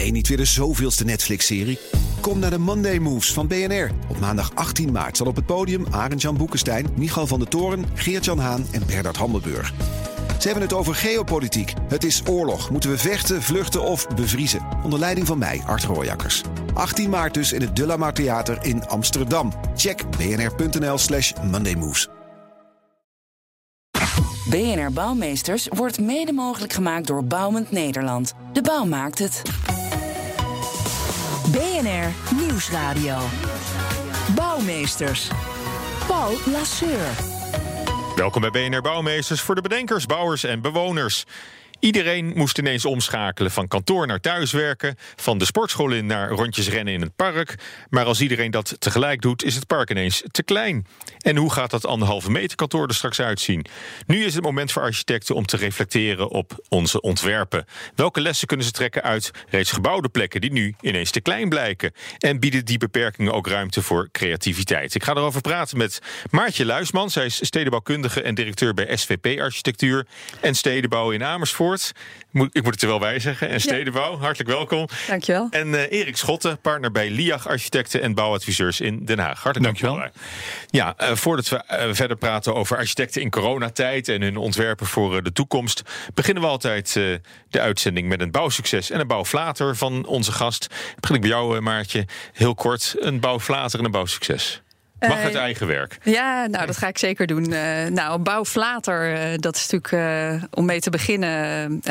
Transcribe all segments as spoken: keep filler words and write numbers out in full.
Nee, niet weer de zoveelste Netflix-serie. Kom naar de Monday Moves van B N R. Op maandag achttien maart zal op het podium Arend-Jan Boekenstein, Michal van der Toren, Geert-Jan Haan en Bernard Hammelburg. Ze hebben het over geopolitiek. Het is oorlog. Moeten we vechten, vluchten of bevriezen? Onder leiding van mij, Art Rooijakkers. achttien maart dus in het De La Mar Theater in Amsterdam. Check bnr.nl slash Monday Moves. B N R Bouwmeesters wordt mede mogelijk gemaakt door Bouwend Nederland. De bouw maakt het. B N R Nieuwsradio. Bouwmeesters. Paul Lasseur. Welkom bij B N R Bouwmeesters voor de bedenkers, bouwers en bewoners. Iedereen moest ineens omschakelen van kantoor naar thuiswerken, van de sportschool in naar rondjes rennen in het park. Maar als iedereen dat tegelijk doet, is het park ineens te klein. En hoe gaat dat anderhalve meter kantoor er straks uitzien? Nu is het moment voor architecten om te reflecteren op onze ontwerpen. Welke lessen kunnen ze trekken uit reeds gebouwde plekken die nu ineens te klein blijken? En bieden die beperkingen ook ruimte voor creativiteit? Ik ga erover praten met Maartje Luisman. Zij is stedenbouwkundige en directeur bij S V P Architectuur en Stedenbouw in Amersfoort. Ik moet het er wel bij zeggen. En Stedenbouw, hartelijk welkom. Dankjewel. En uh, Erik Schotten, partner bij Liag Architecten en Bouwadviseurs in Den Haag. Hartelijk dankjewel. Dankjewel. Ja, uh, voordat we uh, verder praten over architecten in coronatijd en hun ontwerpen voor uh, de toekomst, beginnen we altijd uh, de uitzending met een bouwsucces en een bouwflater van onze gast. Begin ik bij jou, uh, Maartje. Heel kort, een bouwflater en een bouwsucces. Mag het eigen werk? Ja, nou, dat ga ik zeker doen. Uh, nou, bouwflater, uh, dat is natuurlijk uh, om mee te beginnen. Uh,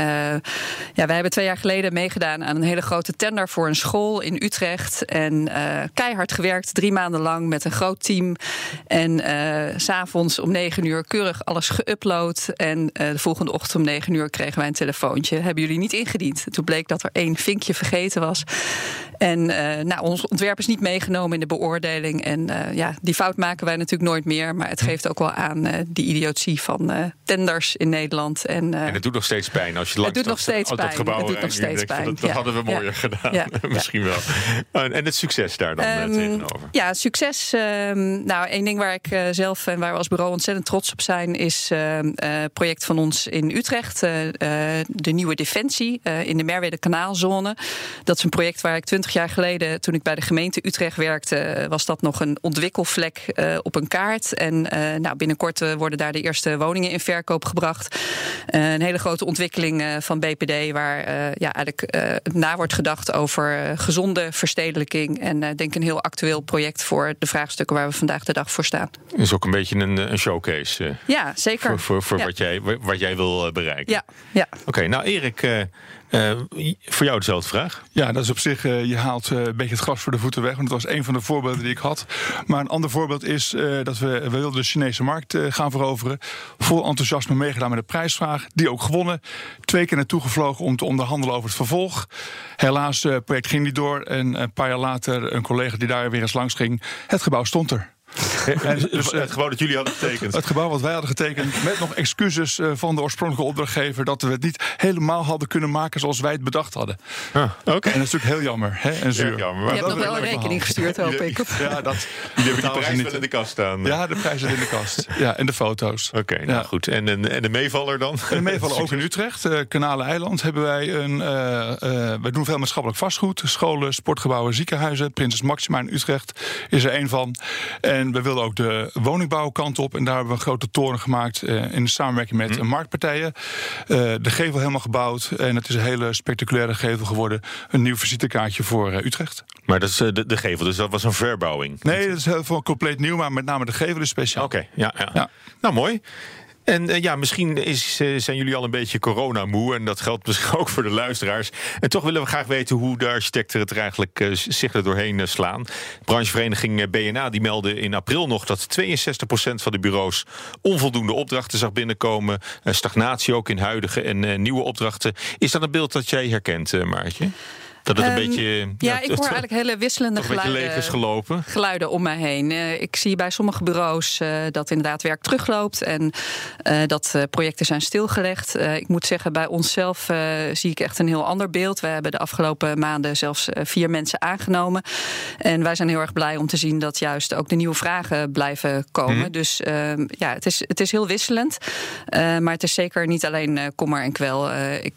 ja, wij hebben twee jaar geleden meegedaan aan een hele grote tender voor een school in Utrecht. En uh, keihard gewerkt, drie maanden lang met een groot team. En uh, 's avonds om negen uur keurig alles geüpload. En uh, de volgende ochtend om negen uur kregen wij een telefoontje. Hebben jullie niet ingediend? Toen bleek dat er één vinkje vergeten was. En uh, nou, ons ontwerp is niet meegenomen in de beoordeling. En uh, ja, die fout maken wij natuurlijk nooit meer. Maar het geeft ook wel aan uh, die idiotie van uh, tenders in Nederland. En, uh, en het doet nog steeds pijn als je langs het doet nog steeds dat, pijn. dat gebouw het doet nog steeds denkt, pijn. Dat, dat ja. hadden we mooier ja. gedaan. Ja. Misschien wel. En het succes daar dan um, tegenover? Ja, succes. Um, nou, één ding waar ik uh, zelf en waar we als bureau ontzettend trots op zijn, is het uh, uh, project van ons in Utrecht. Uh, uh, de nieuwe Defensie uh, in de Merwede Kanaalzone. Dat is een project waar ik twintig jaar geleden, toen ik bij de gemeente Utrecht werkte, was dat nog een ontwikkelvlek uh, op een kaart. En uh, nou, binnenkort uh, worden daar de eerste woningen in verkoop gebracht. Uh, een hele grote ontwikkeling uh, van B P D, waar uh, ja, eigenlijk uh, na wordt gedacht over uh, gezonde verstedelijking. En uh, denk een heel actueel project voor de vraagstukken waar we vandaag de dag voor staan. Is ook een beetje een, een showcase. Uh, ja, zeker. Voor, voor, voor ja. wat, jij, wat jij wil uh, bereiken. Ja, ja. Oké, okay, nou Erik, uh, uh, voor jou dezelfde vraag. Ja, dat is op zich, uh, je haalt uh, een beetje het gras voor de voeten weg. Want het was een van de voorbeelden die ik had. Maar een ander voorbeeld is uh, dat we, we wilden de Chinese markt uh, gaan veroveren. Vol enthousiasme meegedaan met de prijsvraag. Die ook gewonnen. Twee keer naartoe gevlogen om te onderhandelen over het vervolg. Helaas, het uh, project ging niet door. En een paar jaar later, een collega die daar weer eens langs ging. Het gebouw stond er. En dus, het gebouw dat jullie hadden getekend? Het, het gebouw wat wij hadden getekend, met nog excuses uh, van de oorspronkelijke opdrachtgever, dat we het niet helemaal hadden kunnen maken zoals wij het bedacht hadden. Ah, okay. En dat is natuurlijk heel jammer. Hè, en zuur. Jammer, maar je hebt nog wel een rekening gestuurd, hoop ik. Ja, dat, jullie hebben die prijs wel in de kast staan. Ja, de prijs zit in de kast. Ja, en de foto's. Oké, okay, nou ja. goed. En, en, en de meevaller dan? En de meevaller ook in Utrecht. Uh, Kanaleneiland hebben wij een... Uh, uh, wij doen veel maatschappelijk vastgoed. Scholen, sportgebouwen, ziekenhuizen. Prinses Maxima in Utrecht is er één van. En we wilden ook de woningbouwkant op. En daar hebben we een grote toren gemaakt uh, in samenwerking met mm. marktpartijen. Uh, de gevel helemaal gebouwd. En het is een hele spectaculaire gevel geworden. Een nieuw visitekaartje voor uh, Utrecht. Maar dat is uh, de, de gevel, dus dat was een verbouwing? Nee, dat is heel veel compleet nieuw. Maar met name de gevel is speciaal. Oké, okay, ja, ja. ja. Nou, mooi. En uh, ja, misschien is, uh, zijn jullie al een beetje coronamoe. En dat geldt misschien ook voor de luisteraars. En toch willen we graag weten hoe de architecten het er eigenlijk uh, zich er doorheen uh, slaan. Branchevereniging B N A die meldde in april nog dat tweeënzestig procent van de bureaus onvoldoende opdrachten zag binnenkomen. Uh, stagnatie ook in huidige en uh, nieuwe opdrachten. Is dat een beeld dat jij herkent, uh, Maartje? Dat het een um, beetje... Ja, ja ik hoor het, eigenlijk hele wisselende geluiden, leeg is gelopen. geluiden om mij heen. Uh, ik zie bij sommige bureaus uh, dat inderdaad werk terugloopt. En uh, dat uh, projecten zijn stilgelegd. Uh, ik moet zeggen, bij onszelf uh, zie ik echt een heel ander beeld. We hebben de afgelopen maanden zelfs uh, vier mensen aangenomen. En wij zijn heel erg blij om te zien dat juist ook de nieuwe vragen blijven komen. Hmm. Dus uh, ja, het is, het is heel wisselend. Uh, maar het is zeker niet alleen uh, kommer en kwel. Uh, ik, ik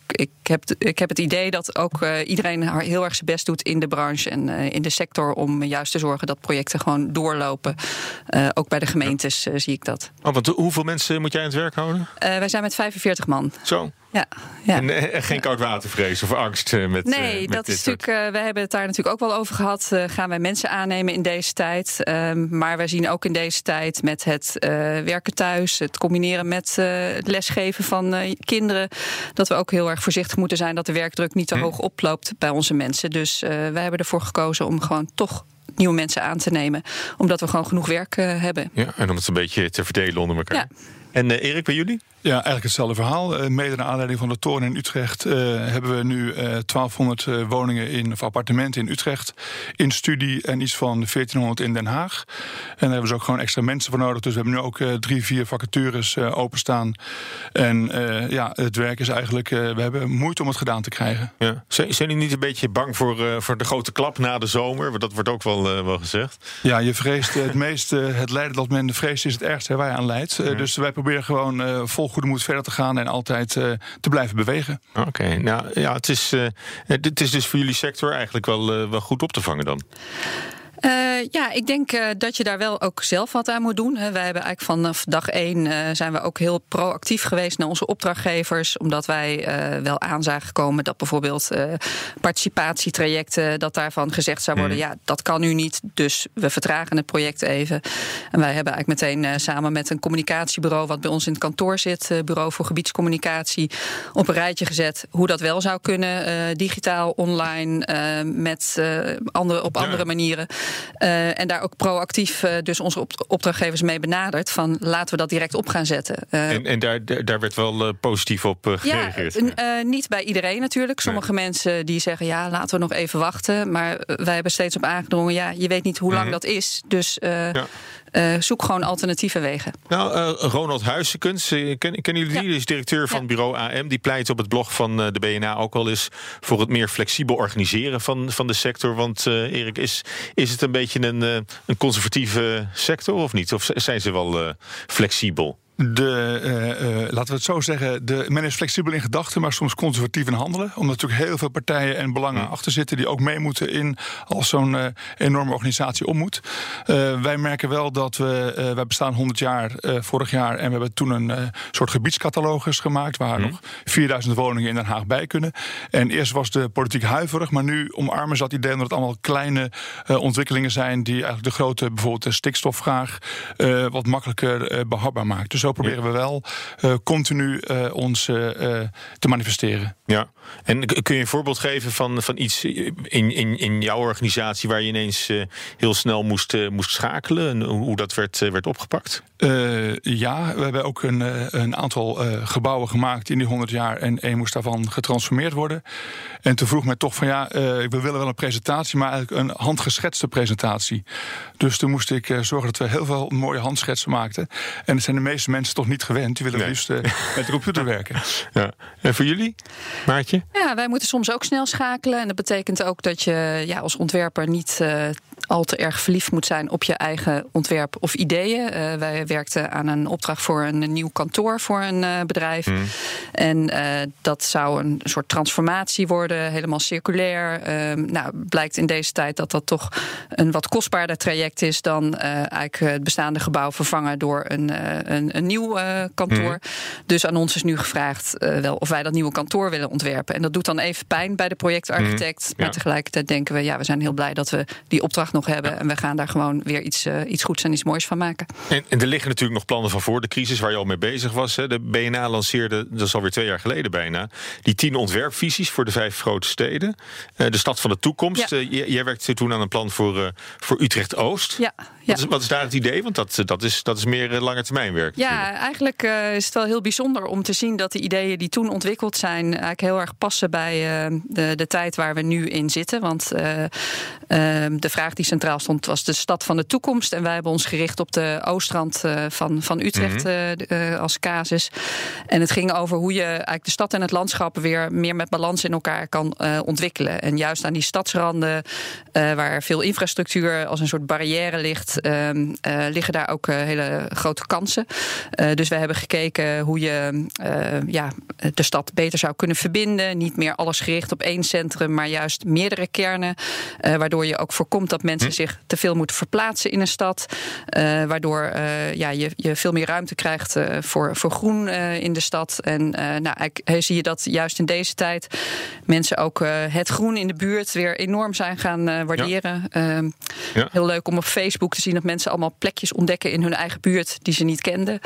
ik, heb, ik heb het idee dat ook uh, iedereen heel erg zijn best doet in de branche en uh, in de sector om juist te zorgen dat projecten gewoon doorlopen. Uh, ook bij de gemeentes uh, zie ik dat. Oh, want hoeveel mensen moet jij aan het werk houden? Uh, wij zijn met vijfenveertig man. Zo. Ja, ja. En uh, geen koudwatervrees of angst uh, met Nee, uh, met dat dit is natuurlijk. Uh, we hebben het daar natuurlijk ook wel over gehad. Uh, gaan wij mensen aannemen in deze tijd? Um, maar wij zien ook in deze tijd met het uh, werken thuis, het combineren met uh, het lesgeven van uh, kinderen, dat we ook heel erg voorzichtig moeten zijn dat de werkdruk niet te hm. hoog oploopt bij onze mensen. Dus uh, wij hebben ervoor gekozen om gewoon toch nieuwe mensen aan te nemen, omdat we gewoon genoeg werk uh, hebben. Ja, en om het een beetje te verdelen onder elkaar. Ja. En uh, Erik, bij jullie? Ja, eigenlijk hetzelfde verhaal. Uh, mede naar aanleiding van de toren in Utrecht uh, hebben we nu uh, twaalfhonderd uh, woningen in, of appartementen in Utrecht in studie en iets van veertienhonderd in Den Haag. En daar hebben ze ook gewoon extra mensen voor nodig. Dus we hebben nu ook uh, drie, vier vacatures uh, openstaan. En uh, ja, het werk is eigenlijk, uh, we hebben moeite om het gedaan te krijgen. Ja. Zijn, zijn jullie niet een beetje bang voor, uh, voor de grote klap na de zomer? Want dat wordt ook wel, uh, wel gezegd. Ja, je vreest uh, het meest, uh, het lijden dat men vreest is het ergste waar je aan leidt. Uh, mm. Dus wij proberen gewoon uh, vol goede moed verder te gaan en altijd uh, te blijven bewegen. Oké, okay, nou ja, het is, uh, het is dus voor jullie sector eigenlijk wel, uh, wel goed op te vangen dan. Uh, ja, ik denk uh, dat je daar wel ook zelf wat aan moet doen. Hè. Wij hebben eigenlijk vanaf dag één uh, zijn we ook heel proactief geweest naar onze opdrachtgevers, omdat wij uh, wel aan zagen komen dat bijvoorbeeld uh, participatietrajecten, dat daarvan gezegd zou worden, hmm. ja, dat kan nu niet, dus we vertragen het project even. En wij hebben eigenlijk meteen uh, samen met een communicatiebureau wat bij ons in het kantoor zit, uh, Bureau voor Gebiedscommunicatie, op een rijtje gezet hoe dat wel zou kunnen, uh, digitaal, online, uh, met uh, andere, op andere ja. manieren. Uh, en daar ook proactief uh, dus onze op- opdrachtgevers mee benaderd van laten we dat direct op gaan zetten. Uh, en en daar, daar werd wel uh, positief op uh, gereageerd? Ja, uh, niet bij iedereen natuurlijk. Sommige nee. mensen die zeggen ja, laten we nog even wachten. Maar wij hebben steeds op aangedrongen, ja, je weet niet hoe lang mm-hmm. dat is. Dus uh, ja. Uh, zoek gewoon alternatieve wegen. Nou, uh, Ronald Huisekens, uh, ken, kennen jullie die? Ja. Die is directeur van ja. bureau A M. Die pleit op het blog van uh, de B N A ook al eens voor het meer flexibel organiseren van, van de sector. Want uh, Erik, is, is het een beetje een, uh, een conservatieve sector of niet? Of zijn ze wel uh, flexibel? De, uh, uh, laten we het zo zeggen, de, men is flexibel in gedachten, maar soms conservatief in handelen. Omdat er natuurlijk heel veel partijen en belangen mm. achter zitten die ook mee moeten in als zo'n uh, enorme organisatie om moet. Uh, wij merken wel dat we, uh, wij bestaan honderd jaar uh, vorig jaar en we hebben toen een uh, soort gebiedscatalogus gemaakt waar mm. nog vierduizend woningen in Den Haag bij kunnen. En eerst was de politiek huiverig, maar nu omarmen ze dat idee omdat het allemaal kleine uh, ontwikkelingen zijn die eigenlijk de grote, bijvoorbeeld de stikstofvraag, uh, wat makkelijker uh, behapbaar maakt. Dus zo proberen we wel uh, continu uh, ons uh, uh, te manifesteren. Ja, en kun je een voorbeeld geven van, van iets in, in, in jouw organisatie waar je ineens uh, heel snel moest, uh, moest schakelen en hoe dat werd, uh, werd opgepakt? Uh, ja, we hebben ook een, uh, een aantal uh, gebouwen gemaakt in die honderd jaar en één moest daarvan getransformeerd worden. En toen vroeg men toch van ja, uh, we willen wel een presentatie, maar eigenlijk een handgeschetste presentatie. Dus toen moest ik uh, zorgen dat we heel veel mooie handschetsen maakten. En dat zijn de meeste mensen toch niet gewend. Die willen nee. liefst uh, met de computer werken. Ja. En voor jullie, Maartje? Ja, wij moeten soms ook snel schakelen. En dat betekent ook dat je ja, als ontwerper niet uh, al te erg verliefd moet zijn op je eigen ontwerp of ideeën. Uh, wij werkten aan een opdracht voor een nieuw kantoor voor een uh, bedrijf. Mm. En uh, dat zou een soort transformatie worden, helemaal circulair. Uh, nou, blijkt in deze tijd dat dat toch een wat kostbaarder traject is dan uh, eigenlijk het bestaande gebouw vervangen door een, uh, een, een nieuw uh, kantoor. Mm. Dus aan ons is nu gevraagd uh, wel of wij dat nieuwe kantoor willen ontwerpen. En dat doet dan even pijn bij de projectarchitect. Mm. Maar ja. tegelijkertijd denken we, ja, we zijn heel blij dat we die opdracht nog hebben. Ja. En we gaan daar gewoon weer iets, uh, iets goeds en iets moois van maken. En, en er liggen natuurlijk nog plannen van voor de crisis waar je al mee bezig was. Hè. De B N A lanceerde, dat is alweer twee jaar geleden bijna, die tien ontwerpvisies voor de vijf grote steden. Uh, de stad van de toekomst. Ja. Uh, j- jij werkte toen aan een plan voor, uh, voor Utrecht-Oost. Ja. Ja. Wat, is, wat is daar het idee? Want dat, dat, is, dat is meer uh, lange termijn werk. Ja, natuurlijk. eigenlijk uh, is het wel heel bijzonder om te zien dat de ideeën die toen ontwikkeld zijn eigenlijk heel erg passen bij uh, de, de tijd waar we nu in zitten. Want uh, uh, de vraag die centraal stond was de stad van de toekomst. En wij hebben ons gericht op de oostrand uh, van, van Utrecht mm-hmm. uh, uh, als casus. En het ging over hoe je eigenlijk de stad en het landschap weer meer met balans in elkaar kan uh, ontwikkelen. En juist aan die stadsranden, uh, waar veel infrastructuur als een soort barrière ligt, uh, uh, liggen daar ook uh, hele grote kansen. Uh, dus we hebben gekeken hoe je uh, ja, de stad beter zou kunnen verbinden. Niet meer alles gericht op één centrum, maar juist meerdere kernen. Uh, waardoor je ook voorkomt dat mensen hm. zich te veel moeten verplaatsen in een stad. Uh, waardoor uh, ja, je, je veel meer ruimte krijgt uh, voor, voor groen uh, in de stad. En uh, nou, eigenlijk zie je dat juist in deze tijd mensen ook uh, het groen in de buurt weer enorm zijn gaan uh, waarderen. Ja. Uh, ja. Heel leuk om op Facebook te zien dat mensen allemaal plekjes ontdekken in hun eigen buurt die ze niet kenden.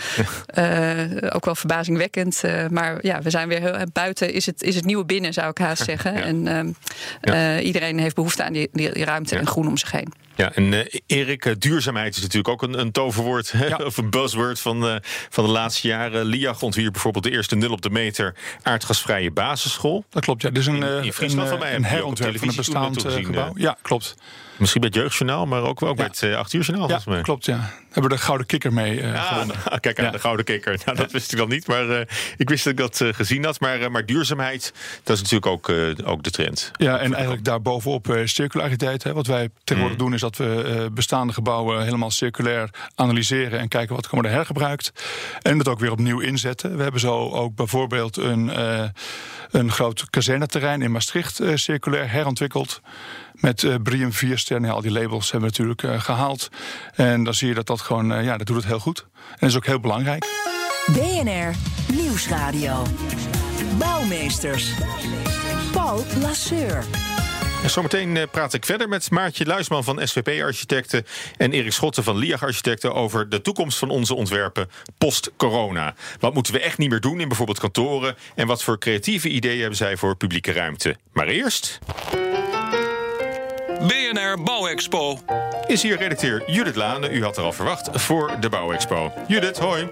Ja. Uh, ook wel verbazingwekkend. Uh, maar ja, we zijn weer heel, buiten is het, is het nieuwe binnen, zou ik haast zeggen. Ja. En uh, ja. uh, iedereen heeft behoefte aan die, die, die ruimte ja. en groen om zich heen. Ja, en uh, Erik, uh, duurzaamheid is natuurlijk ook een, een toverwoord, ja. of een buzzword van, uh, van de laatste jaren. Liag ontwierp bijvoorbeeld de eerste nul op de meter aardgasvrije basisschool. Dat klopt, ja. Dit is een, in, in Friesland een, van mij een herontwerp van een bestaand gebouw. Ja, klopt. Misschien bij het Jeugdjournaal, maar ook, ook ja. bij het uh, acht uur journaal. Ja, mij. Klopt, ja. Hebben we de Gouden Kikker mee uh, ja, gewonnen. Nou, kijk aan ja. de Gouden Kikker. Nou, dat ja. wist ik dan niet, maar uh, ik wist dat ik dat uh, gezien had. Maar, uh, maar duurzaamheid, dat is natuurlijk ook, uh, ook de trend. Ja, en eigenlijk daarbovenop uh, circulariteit. Hè. Wat wij tegenwoordig mm. doen is dat we uh, bestaande gebouwen helemaal circulair analyseren en kijken wat kan worden hergebruikt. En het ook weer opnieuw inzetten. We hebben zo ook bijvoorbeeld een, uh, een groot kazerneterrein in Maastricht uh, circulair herontwikkeld. Met uh, Brium vier sterren, al die labels hebben we natuurlijk uh, gehaald. En dan zie je dat dat gewoon, uh, ja, dat doet het heel goed. En dat is ook heel belangrijk. B N R Nieuwsradio. Bouwmeesters. Paul Lasseur. En zometeen uh, praat ik verder met Maartje Luisman van S V P-architecten en Erik Schotten van Liag Architecten over de toekomst van onze ontwerpen post-corona. Wat moeten we echt niet meer doen in bijvoorbeeld kantoren en wat voor creatieve ideeën hebben zij voor publieke ruimte. Maar eerst... B N R Bouwexpo. Is hier redacteur Judith Lane, u had er al verwacht, voor de Bouwexpo. Judith, hoi.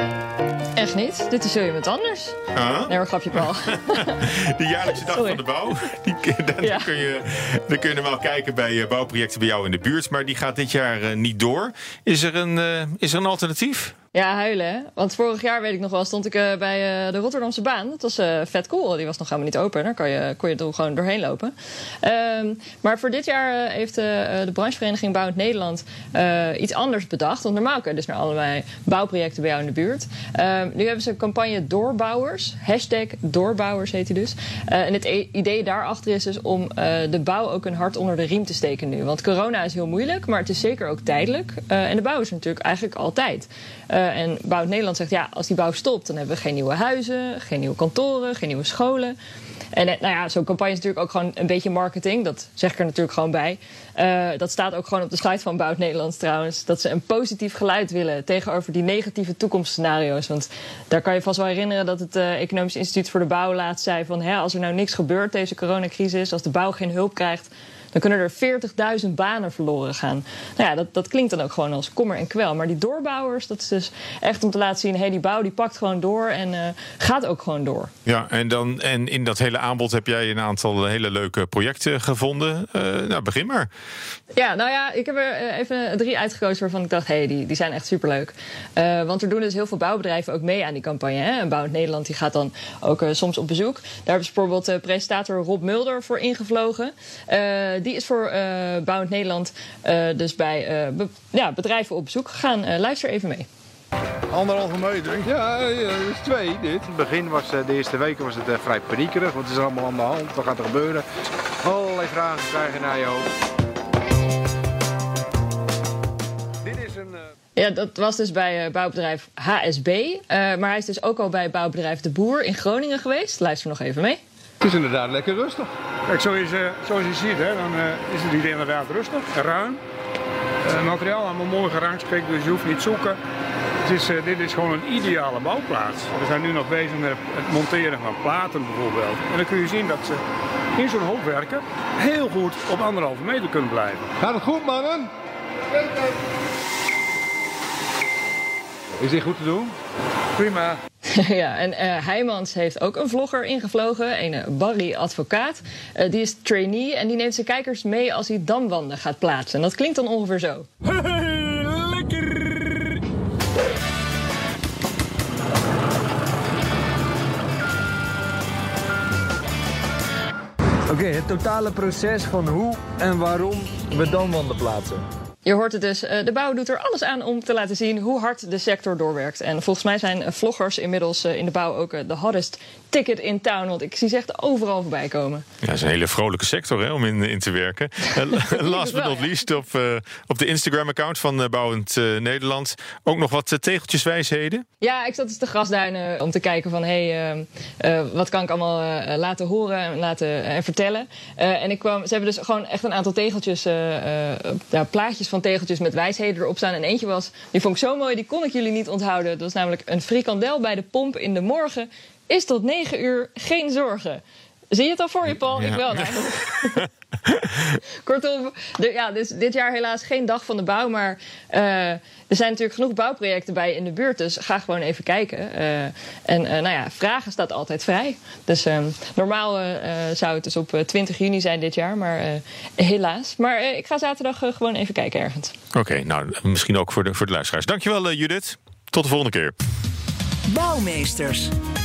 Echt niet, dit is zo iemand anders. Uh-huh. Nee, maar grapje, Paul. De jaarlijkse dag Sorry. van de bouw. Die, dan, ja. kun je, dan kun je normaal kijken bij uh, bouwprojecten bij jou in de buurt. Maar die gaat dit jaar uh, niet door. Is er een, uh, is er een alternatief? Ja, huilen, hè? Want vorig jaar, weet ik nog wel, stond ik uh, bij uh, de Rotterdamse baan. Dat was uh, vet cool. Die was nog helemaal niet open. Daar kon je, kon je er gewoon doorheen lopen. Um, maar voor dit jaar uh, heeft uh, de branchevereniging Bouwend Nederland uh, iets anders bedacht. Want normaal kun je dus naar allerlei bouwprojecten bij jou in de buurt. Um, nu hebben ze een campagne Doorbouwers. Hashtag Doorbouwers heet die dus. Uh, en het e- idee daarachter is dus om uh, de bouw ook een hart onder de riem te steken nu. Want corona is heel moeilijk, maar het is zeker ook tijdelijk. Uh, en de bouw is natuurlijk eigenlijk altijd. Uh, en Bouwend Nederland zegt, ja, als die bouw stopt, dan hebben we geen nieuwe huizen, geen nieuwe kantoren, geen nieuwe scholen. En nou ja, zo'n campagne is natuurlijk ook gewoon een beetje marketing. Dat zeg ik er natuurlijk gewoon bij. Uh, dat staat ook gewoon op de site van Bouwend Nederland trouwens. Dat ze een positief geluid willen tegenover die negatieve toekomstscenario's. Want daar kan je vast wel herinneren dat het uh, Economisch Instituut voor de Bouw laatst zei van, hè, als er nou niks gebeurt, deze coronacrisis, als de bouw geen hulp krijgt, dan kunnen er veertigduizend banen verloren gaan. Nou ja, dat, dat klinkt dan ook gewoon als kommer en kwel. Maar die doorbouwers, dat is dus echt om te laten zien, hey, die bouw die pakt gewoon door en uh, gaat ook gewoon door. Ja, en, dan, en in dat hele aanbod heb jij een aantal hele leuke projecten gevonden. Uh, nou, begin maar. Ja, nou ja, ik heb er even drie uitgekozen waarvan ik dacht, hé, hey, die, die zijn echt superleuk. Uh, want er doen dus heel veel bouwbedrijven ook mee aan die campagne. Hè? En Bouwend Nederland die gaat dan ook uh, soms op bezoek. Daar hebben ze bijvoorbeeld uh, presentator Rob Mulder voor ingevlogen. Uh, die is voor uh, Bouwend Nederland uh, dus bij uh, be- ja, bedrijven op bezoek gegaan. Uh, luister even mee. Anderhalve meter? Ja, ja, dat is twee dit. In het begin was de eerste weken was het uh, vrij paniekerig. Want het is allemaal aan de hand. Wat gaat er gebeuren? Allerlei vragen krijgen naar je hoofd. Dit is een... Uh... Ja, dat was dus bij uh, bouwbedrijf H S B. Uh, maar hij is dus ook al bij bouwbedrijf De Boer in Groningen geweest. Luister nog even mee. Het is inderdaad lekker rustig. Kijk, zoals je, zoals je ziet, hè, dan uh, is het hier inderdaad rustig, ruim. Uh, materiaal allemaal mooi gerangschikt, dus je hoeft niet zoeken. Het is, uh, dit is gewoon een ideale bouwplaats. We zijn nu nog bezig met het monteren van platen bijvoorbeeld. En dan kun je zien dat ze in zo'n hoopwerken heel goed op anderhalve meter kunnen blijven. Gaat het goed, mannen? Is dit goed te doen? Prima. Ja, en uh, Heijmans heeft ook een vlogger ingevlogen, een uh, Barry Advocaat. Uh, die is trainee en die neemt zijn kijkers mee als hij damwanden gaat plaatsen. En dat klinkt dan ongeveer zo. Hey, lekker! Oké, okay, het totale proces van hoe en waarom we damwanden plaatsen. Je hoort het dus, de bouw doet er alles aan om te laten zien hoe hard de sector doorwerkt. En volgens mij zijn vloggers inmiddels in de bouw ook de hottest ticket in town. Want ik zie ze echt overal voorbij komen. Ja, het is een hele vrolijke sector hè, om in, in te werken. Last but not least, op, uh, op de Instagram-account van uh, Bouwend uh, Nederland ook nog wat uh, tegeltjeswijsheden. Ja, ik zat eens te grasduinen om te kijken van hé, hey, uh, uh, wat kan ik allemaal uh, laten horen en laten uh, en vertellen. Uh, en ik kwam, ze hebben dus gewoon echt een aantal tegeltjes, uh, uh, ja, plaatjes van tegeltjes met wijsheden erop staan. En eentje was, die vond ik zo mooi, die kon ik jullie niet onthouden. Dat was namelijk een frikandel bij de pomp in de morgen is tot negen uur geen zorgen. Zie je het al voor je, Paul? Ja. Ik wel eigenlijk. Kortom, de, ja, dus dit jaar helaas geen dag van de bouw. Maar uh, er zijn natuurlijk genoeg bouwprojecten bij in de buurt. Dus ga gewoon even kijken. Uh, en uh, nou ja, vragen staat altijd vrij. Dus uh, normaal uh, zou het dus op twintig juni zijn dit jaar. Maar uh, helaas. Maar uh, ik ga zaterdag uh, gewoon even kijken ergens. Oké, okay, nou misschien ook voor de, voor de luisteraars. Dankjewel uh, Judith. Tot de volgende keer. Bouwmeesters.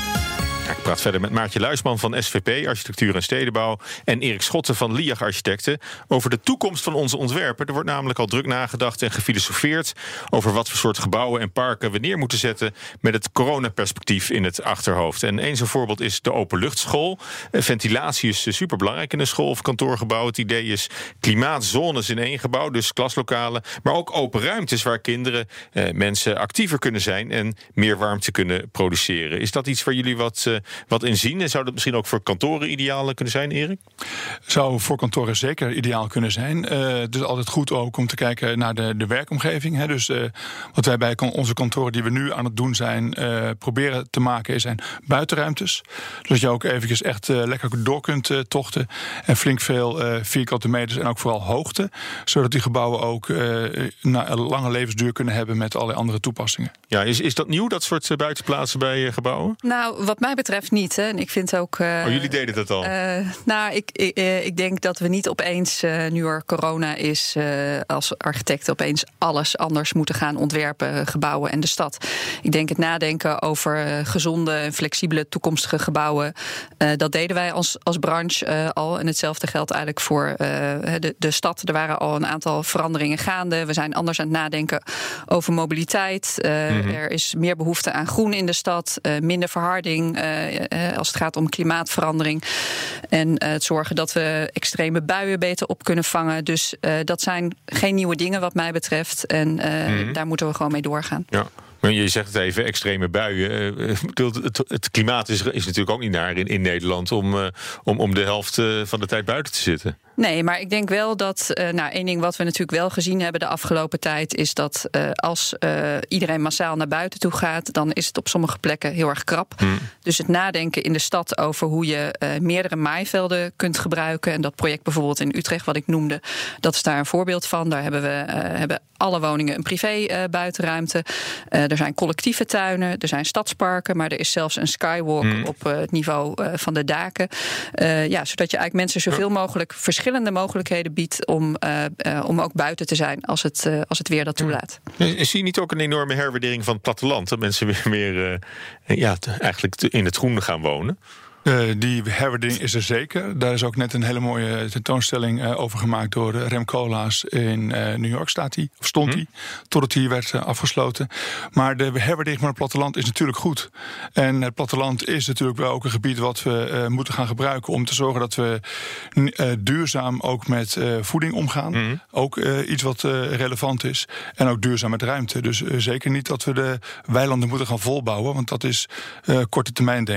Ik praat verder met Maartje Luisman van S V P, Architectuur en Stedenbouw, en Erik Schotten van Liag Architecten over de toekomst van onze ontwerpen. Er wordt namelijk al druk nagedacht en gefilosofeerd over wat voor soort gebouwen en parken we neer moeten zetten met het coronaperspectief in het achterhoofd. En één zo'n voorbeeld is de openluchtschool. Ventilatie is superbelangrijk in een school- of kantoorgebouw. Het idee is klimaatzones in één gebouw, dus klaslokalen, maar ook open ruimtes waar kinderen, eh, mensen actiever kunnen zijn en meer warmte kunnen produceren. Is dat iets waar jullie wat wat in zien? En zou dat misschien ook voor kantoren ideaal kunnen zijn, Erik? Zou voor kantoren zeker ideaal kunnen zijn. Uh, het is altijd goed ook om te kijken naar de, de werkomgeving. Hè. Dus uh, wat wij bij onze kantoren die we nu aan het doen zijn, uh, proberen te maken, zijn buitenruimtes. Dus dat je ook eventjes echt uh, lekker door kunt uh, tochten. En flink veel uh, vierkante meters en ook vooral hoogte. Zodat die gebouwen ook uh, na, een lange levensduur kunnen hebben met allerlei andere toepassingen. Ja, is, is dat nieuw, dat soort uh, buitenplaatsen bij uh, gebouwen? Nou, wat mij betreft niet. Hè. En ik vind ook. Uh, oh, jullie deden dat al? Uh, nou, ik, ik, uh, ik denk dat we niet opeens, uh, nu er corona is, uh, als architecten opeens alles anders moeten gaan ontwerpen, gebouwen en de stad. Ik denk het nadenken over uh, gezonde en flexibele toekomstige gebouwen. Uh, dat deden wij als, als branche uh, al. En hetzelfde geldt eigenlijk voor uh, de, de stad. Er waren al een aantal veranderingen gaande. We zijn anders aan het nadenken over mobiliteit. Uh, mm-hmm. Er is meer behoefte aan groen in de stad, uh, minder verharding. Uh, als het gaat om klimaatverandering. En uh, het zorgen dat we extreme buien beter op kunnen vangen. Dus uh, dat zijn geen nieuwe dingen wat mij betreft. En uh, mm-hmm. daar moeten we gewoon mee doorgaan. Ja. Je zegt het even, extreme buien. Het, het klimaat is, is natuurlijk ook niet naar in, in Nederland om, om, om de helft van de tijd buiten te zitten. Nee, maar ik denk wel dat, uh, nou, één ding wat we natuurlijk wel gezien hebben de afgelopen tijd, is dat uh, als uh, iedereen massaal naar buiten toe gaat, dan is het op sommige plekken heel erg krap. Hmm. Dus het nadenken in de stad over hoe je uh, meerdere maaivelden kunt gebruiken. En dat project bijvoorbeeld in Utrecht, wat ik noemde, dat is daar een voorbeeld van. Daar hebben we uh, hebben alle woningen een privé uh, buitenruimte. Uh, er zijn collectieve tuinen, er zijn stadsparken, maar er is zelfs een skywalk hmm. op uh, het niveau uh, van de daken. Uh, ja, zodat je eigenlijk mensen zoveel mogelijk verschillende mogelijkheden biedt om, uh, uh, om ook buiten te zijn als het, uh, als het weer dat toelaat. Zie je niet ook een enorme herwaardering van het platteland? Dat mensen weer meer uh, ja, eigenlijk in het groen gaan wonen? Uh, die herwaardering is er zeker. Daar is ook net een hele mooie tentoonstelling uh, over gemaakt door Rem Koolhaas in uh, New York staat hij, of stond hij, hm. totdat hij werd uh, afgesloten. Maar de herwaardering van het platteland is natuurlijk goed. En het platteland is natuurlijk wel ook een gebied wat we uh, moeten gaan gebruiken om te zorgen dat we uh, duurzaam ook met uh, voeding omgaan. Hm. Ook uh, iets wat uh, relevant is. En ook duurzaam met ruimte. Dus uh, zeker niet dat we de weilanden moeten gaan volbouwen, want dat is uh, korte termijn denken.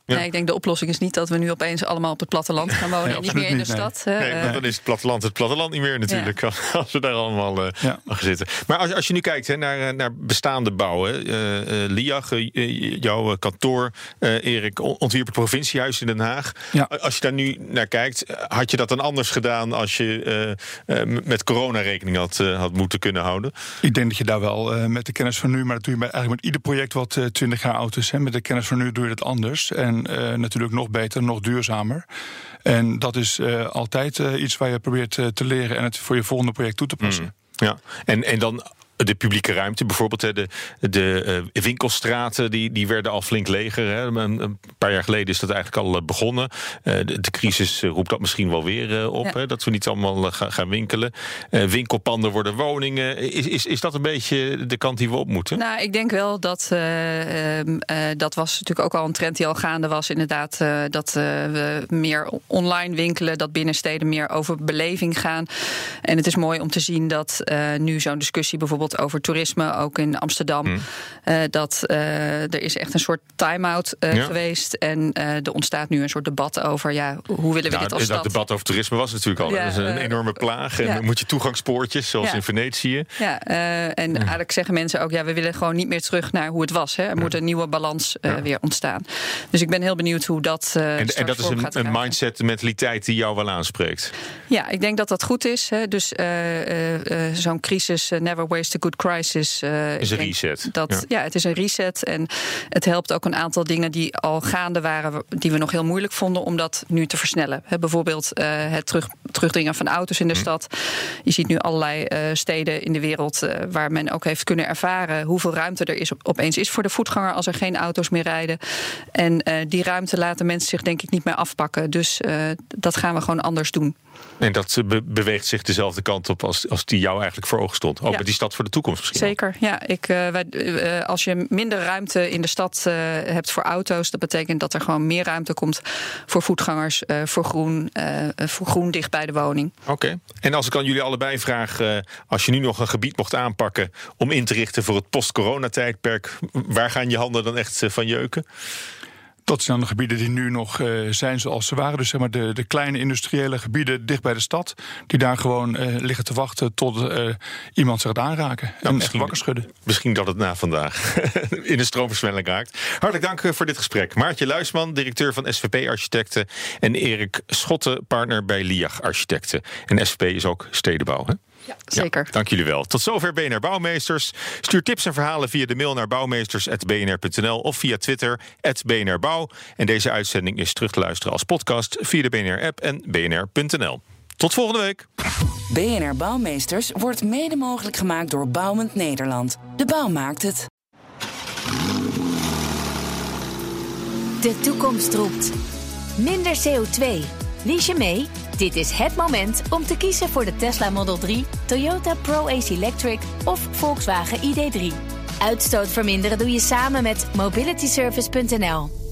Ja. Nee, ik denk de oplossing is niet dat we nu opeens allemaal op het platteland gaan wonen... nee, en niet meer in de niet, stad. Nee, nee, want dan is het platteland het platteland niet meer natuurlijk... Ja. als we daar allemaal uh, ja. gaan zitten. Maar als, als je nu kijkt hè, naar, naar bestaande bouwen... Uh, uh, Liach, uh, jouw kantoor, uh, Erik, ontwierp het provinciehuis in Den Haag. Ja. Als je daar nu naar kijkt, had je dat dan anders gedaan... als je uh, uh, met corona rekening had, uh, had moeten kunnen houden? Ik denk dat je daar wel uh, met de kennis van nu... maar dat doe je bij, eigenlijk met ieder project wat uh, twintig jaar oud is... Hè, met de kennis van nu doe je het anders... En uh, natuurlijk nog beter, nog duurzamer. En dat is uh, altijd uh, iets waar je probeert uh, te leren... en het voor je volgende project toe te passen. Mm, ja, en, en dan... de publieke ruimte, bijvoorbeeld de, de uh, winkelstraten... Die, die werden al flink leger. Hè. Een, een paar jaar geleden is dat eigenlijk al begonnen. Uh, de, de crisis roept dat misschien wel weer uh, op. Ja. Hè, dat we niet allemaal uh, gaan, gaan winkelen. Uh, winkelpanden worden woningen. Is, is, is dat een beetje de kant die we op moeten? Nou, ik denk wel dat... Uh, uh, dat was natuurlijk ook al een trend die al gaande was. Inderdaad, uh, dat uh, we meer online winkelen. Dat binnensteden meer over beleving gaan. En het is mooi om te zien dat uh, nu zo'n discussie... bijvoorbeeld over toerisme, ook in Amsterdam. Hmm. Uh, dat uh, er is echt een soort time-out uh, ja. geweest. En uh, er ontstaat nu een soort debat over... ja, hoe willen we nou, dit als stad? Dat debat over toerisme was natuurlijk al. Ja, dat is een uh, enorme plaag. En ja. moet je toegangspoortjes, zoals ja. in Venetië. Ja, uh, en ja. eigenlijk zeggen mensen ook... ja, we willen gewoon niet meer terug naar hoe het was. Hè. Er ja. moet een nieuwe balans uh, ja. weer ontstaan. Dus ik ben heel benieuwd hoe dat uh, En, en dat is een, een mindset, een mentaliteit die jou wel aanspreekt. Ja, ik denk dat dat goed is. Hè. Dus uh, uh, uh, zo'n crisis, uh, never waste a good crisis. Uh, is een reset. Dat, ja. ja, het is een reset. En het helpt ook een aantal dingen die al gaande waren... die we nog heel moeilijk vonden om dat nu te versnellen. He, bijvoorbeeld uh, het terug, terugdringen van auto's in de hm. stad. Je ziet nu allerlei uh, steden in de wereld... Uh, waar men ook heeft kunnen ervaren... hoeveel ruimte er is, opeens is voor de voetganger... als er geen auto's meer rijden. En uh, die ruimte laten mensen zich denk ik niet meer afpakken. Dus uh, dat gaan we gewoon anders doen. En dat be- beweegt zich dezelfde kant op als, als die jou eigenlijk voor ogen stond. Ook ja. met die stad voor de toekomst misschien. Zeker, wel. ja. Ik, uh, wij, uh, als je minder ruimte in de stad uh, hebt voor auto's... dat betekent dat er gewoon meer ruimte komt voor voetgangers... Uh, voor, groen, uh, voor groen dicht bij de woning. Oké. Okay. En als ik aan jullie allebei vraag... Uh, als je nu nog een gebied mocht aanpakken... om in te richten voor het post-corona-tijdperk... waar gaan je handen dan echt uh, van jeuken? Dat zijn de gebieden die nu nog uh, zijn zoals ze waren. Dus zeg maar de, de kleine industriële gebieden dicht bij de stad... die daar gewoon uh, liggen te wachten tot uh, iemand zich het aanraken. Nou, en echt wakker schudden. Misschien dat het na vandaag in de stroomversnelling raakt. Hartelijk dank voor dit gesprek. Maartje Luisman, directeur van S V P Architecten... en Erik Schotten, partner bij Liach Architecten. En S V P is ook stedenbouw, hè? Ja, zeker. Ja, dank jullie wel. Tot zover B N R Bouwmeesters. Stuur tips en verhalen via de mail naar bouwmeesters punt b n r punt n l of via Twitter, at b n r bouw. En deze uitzending is terug te luisteren als podcast via de B N R-app en b n r punt n l. Tot volgende week. B N R Bouwmeesters wordt mede mogelijk gemaakt door Bouwend Nederland. De bouw maakt het. De toekomst roept. Minder C O twee. Lies je mee? Dit is het moment om te kiezen voor de Tesla Model drie, Toyota Pro-Ace Electric of Volkswagen I D drie. Uitstoot verminderen doe je samen met mobilityservice punt n l.